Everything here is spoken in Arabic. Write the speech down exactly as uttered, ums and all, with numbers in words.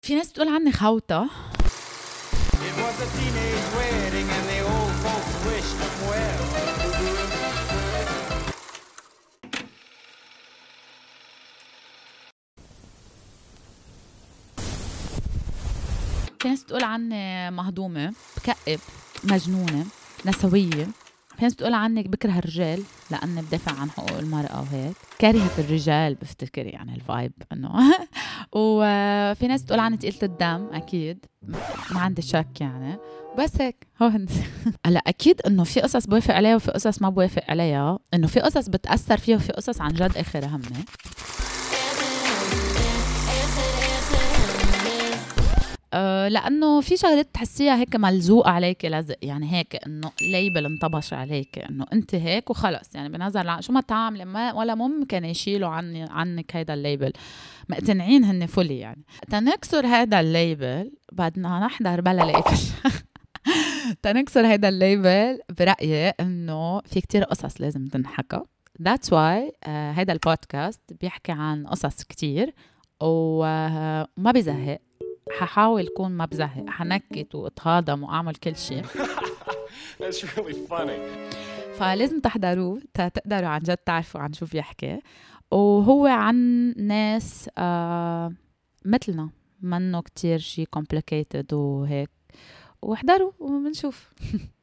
في ناس بتقول عني خوطة. It was a teenage wedding and the old folks wished them well. في ناس بتقول عني مهضومة، بكئب، مجنونة، نسوية. في ناس بتقول عني بكره الرجال لأني بدافع عن حقوق المرأة وهيك، كارهة الرجال بفتكر يعني الفايب إنه وفي ناس بتقول عني تقيلة الدم، أكيد ما عندي شك يعني، بس هيك هون. هلا أكيد إنه في قصص بوافق عليها وفي قصص ما بوافق عليها، إنه في قصص بتأثر فيها وفي قصص عن جد آخر همي. أه لأنه في شغلات تحسيها هيك ملزوقة عليك لزق، يعني هيك إنه ليبل انطبش عليك إنه أنت هيك وخلص، يعني بنظر شو ما تعمل ما ولا ممكن يشيلوا عني عنك هيدا الليبل، مقتنعين هن فولي. يعني تنكسر هيدا الليبل بدنا نحضر بلا ليبل. تنكسر هيدا الليبل برأيي إنه في كتير قصص لازم تنحكى. That's why أه هيدا البودكاست بيحكي عن قصص كتير وما بيزهق. ححاول كون ما بزهق، حنكت واتهاضم واعمل كل شيء. That's really funny. فلازم تحضروه تقدروا عن جد تعرفوا عن شو بيحكي، وهو عن ناس آه مثلنا، منه كتير شيء complicated وهيك، واحضروا ومنشوف.